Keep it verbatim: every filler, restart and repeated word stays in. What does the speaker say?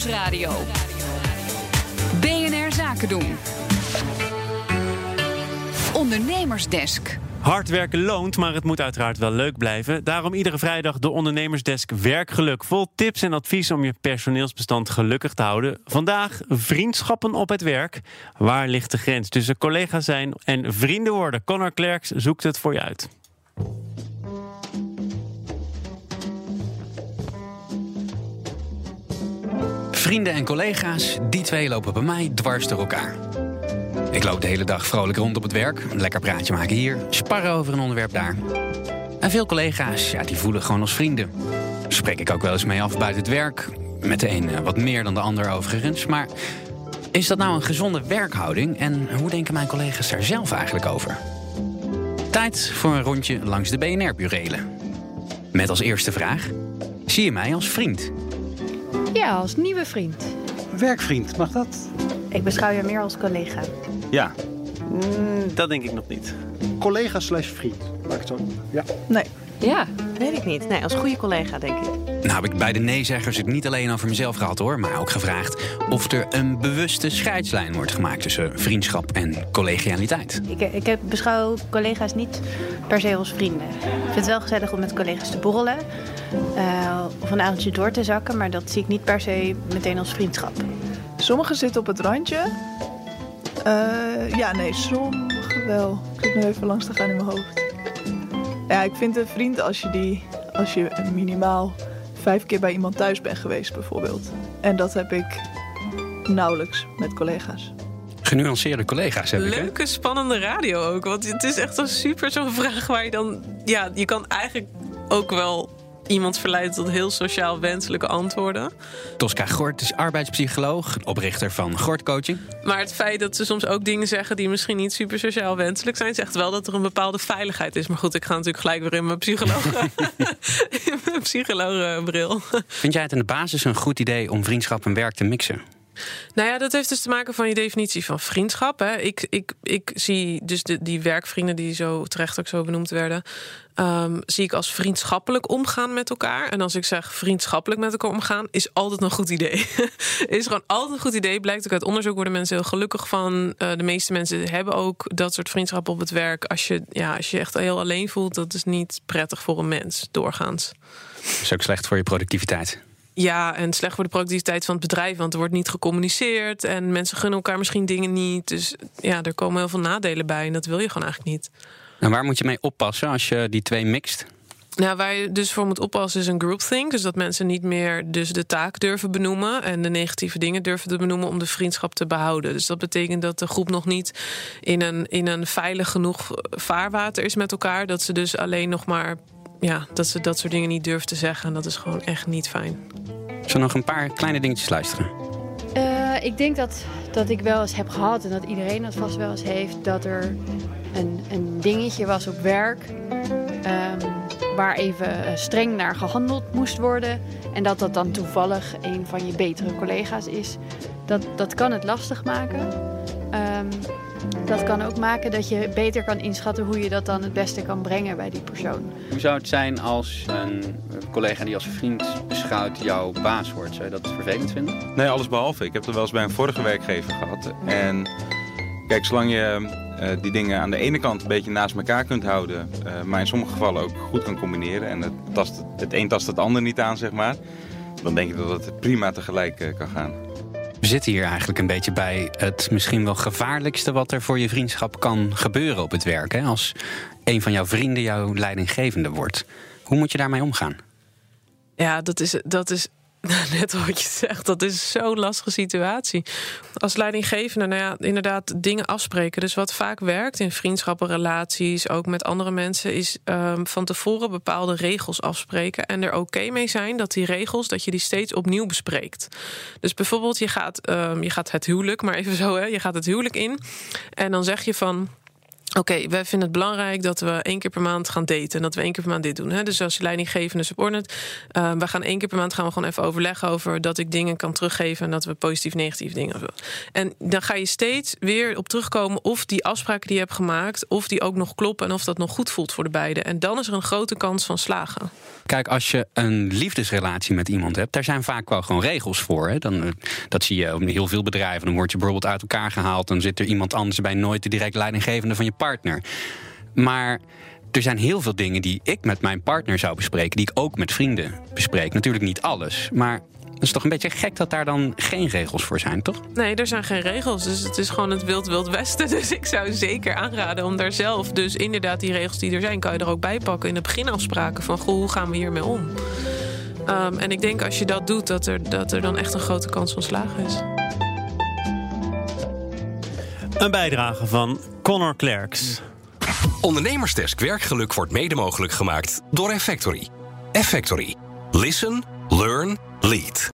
Nieuwsradio. B N R Zaken doen. Ondernemersdesk. Hard werken loont, maar het moet uiteraard wel leuk blijven. Daarom iedere vrijdag de Ondernemersdesk Werkgeluk. Vol tips en advies om je personeelsbestand gelukkig te houden. Vandaag vriendschappen op het werk. Waar ligt de grens tussen collega's zijn en vrienden worden? Connor Klerks zoekt het voor je uit. Vrienden en collega's, die twee lopen bij mij dwars door elkaar. Ik loop de hele dag vrolijk rond op het werk. Een lekker praatje maken hier, sparren over een onderwerp daar. En veel collega's, ja, die voelen gewoon als vrienden. Daar spreek ik ook wel eens mee af buiten het werk. Met de een wat meer dan de ander overigens. Maar is dat nou een gezonde werkhouding? En hoe denken mijn collega's daar zelf eigenlijk over? Tijd voor een rondje langs de B N R-burelen. Met als eerste vraag: zie je mij als vriend? Ja, als nieuwe vriend. Werkvriend, mag dat? Ik beschouw je meer als collega. Ja. Mm, dat denk ik nog niet. Collega slash vriend, laat ik het zo doen. Ja. Nee. Ja. Weet ik niet. Nee, als goede collega, denk ik. Nou heb ik bij de nee-zeggers het niet alleen over mezelf gehad hoor, maar ook gevraagd of er een bewuste scheidslijn wordt gemaakt tussen vriendschap en collegialiteit. Ik, ik heb, beschouw collega's niet per se als vrienden. Ik vind het wel gezellig om met collega's te borrelen. Uh, of een avondje door te zakken, maar dat zie ik niet per se meteen als vriendschap. Sommigen zitten op het randje. Uh, ja, nee, sommigen wel. Ik zit nu even langs te gaan in mijn hoofd. Ja, ik vind een vriend als je die, als je minimaal vijf keer bij iemand thuis bent geweest bijvoorbeeld. En dat heb ik nauwelijks met collega's. Genuanceerde collega's heb ik. Leuke, spannende radio ook. Want het is echt zo super zo'n vraag waar je dan... Ja, je kan eigenlijk ook wel iemand verleiden tot heel sociaal wenselijke antwoorden. Tosca Gort is arbeidspsycholoog, oprichter van Gort Coaching. Maar het feit dat ze soms ook dingen zeggen die misschien niet super sociaal wenselijk zijn, zegt wel dat er een bepaalde veiligheid is. Maar goed, ik ga natuurlijk gelijk weer in mijn psycholoog, in mijn psycholoogbril. Vind jij het in de basis een goed idee om vriendschap en werk te mixen? Nou ja, dat heeft dus te maken van je definitie van vriendschap. Hè. Ik, ik, ik zie dus de, die werkvrienden die zo terecht ook zo benoemd werden, Um, zie ik als vriendschappelijk omgaan met elkaar. En als ik zeg vriendschappelijk met elkaar omgaan, is altijd een goed idee. Is gewoon altijd een goed idee. Blijkt ook uit onderzoek, worden mensen heel gelukkig van. Uh, de meeste mensen hebben ook dat soort vriendschappen op het werk. Als je, ja, als je echt heel alleen voelt, dat is niet prettig voor een mens, doorgaans. Dat is ook slecht voor je productiviteit. Ja, en slecht voor de productiviteit van het bedrijf, want er wordt niet gecommuniceerd en mensen gunnen elkaar misschien dingen niet. Dus ja, er komen heel veel nadelen bij en dat wil je gewoon eigenlijk niet. En waar moet je mee oppassen als je die twee mixt? Nou, waar je dus voor moet oppassen is een groupthink. Dus dat mensen niet meer dus de taak durven benoemen en de negatieve dingen durven te benoemen om de vriendschap te behouden. Dus dat betekent dat de groep nog niet in een, in een veilig genoeg vaarwater is met elkaar. Dat ze dus alleen nog maar, ja, dat ze dat soort dingen niet durven te zeggen. En dat is gewoon echt niet fijn. Zullen we nog een paar kleine dingetjes luisteren? Uh, ik denk dat, dat ik wel eens heb gehad, en dat iedereen dat vast wel eens heeft, dat er een, een dingetje was op werk um, waar even streng naar gehandeld moest worden. En dat dat dan toevallig een van je betere collega's is. Dat, dat kan het lastig maken. Um, dat kan ook maken dat je beter kan inschatten hoe je dat dan het beste kan brengen bij die persoon. Hoe zou het zijn als een collega die als vriend beschouwt jouw baas wordt? Zou je dat vervelend vinden? Nee, alles behalve. Ik heb dat wel eens bij een vorige werkgever gehad. En kijk, zolang je uh, die dingen aan de ene kant een beetje naast elkaar kunt houden, uh, maar in sommige gevallen ook goed kan combineren en het, tast, het een tast het ander niet aan, zeg maar, dan denk ik dat het prima tegelijk uh, kan gaan. We zitten hier eigenlijk een beetje bij het misschien wel gevaarlijkste wat er voor je vriendschap kan gebeuren op het werk. Hè? Als een van jouw vrienden jouw leidinggevende wordt. Hoe moet je daarmee omgaan? Ja, dat is, dat is net wat je zegt. Dat is zo'n lastige situatie. Als leidinggevende, nou ja, inderdaad dingen afspreken. Dus wat vaak werkt in vriendschappen, relaties, ook met andere mensen, is um, van tevoren bepaalde regels afspreken. En er oké mee zijn dat die regels, dat je die steeds opnieuw bespreekt. Dus bijvoorbeeld, je gaat, um, je gaat het huwelijk, maar even zo, hè, je gaat het huwelijk in. En dan zeg je van, Oké, okay, wij vinden het belangrijk dat we één keer per maand gaan daten. En dat we één keer per maand dit doen. Hè? Dus als je leidinggevende subordinate. Uh, we gaan één keer per maand gaan we gewoon even overleggen over dat ik dingen kan teruggeven. En dat we positief, negatief dingen. En dan ga je steeds weer op terugkomen of die afspraken die je hebt gemaakt, of die ook nog kloppen en of dat nog goed voelt voor de beiden. En dan is er een grote kans van slagen. Kijk, als je een liefdesrelatie met iemand hebt, daar zijn vaak wel gewoon regels voor. Hè? Dan, dat zie je op heel veel bedrijven. Dan word je bijvoorbeeld uit elkaar gehaald. Dan zit er iemand anders bij, nooit de direct leidinggevende van je partner. Maar er zijn heel veel dingen die ik met mijn partner zou bespreken, die ik ook met vrienden bespreek. Natuurlijk niet alles, maar het is toch een beetje gek dat daar dan geen regels voor zijn, toch? Nee, er zijn geen regels. Dus het is gewoon het wild wild westen. Dus ik zou zeker aanraden om daar zelf, dus inderdaad die regels die er zijn, kan je er ook bij pakken in de beginafspraken van, goh, hoe gaan we hiermee om? Um, en ik denk als je dat doet, dat er, dat er dan echt een grote kans van slagen is. Een bijdrage van Connor Klerks. Ondernemersdesk Werkgeluk wordt mede mogelijk gemaakt door Effectory. Effectory. Listen, learn, lead.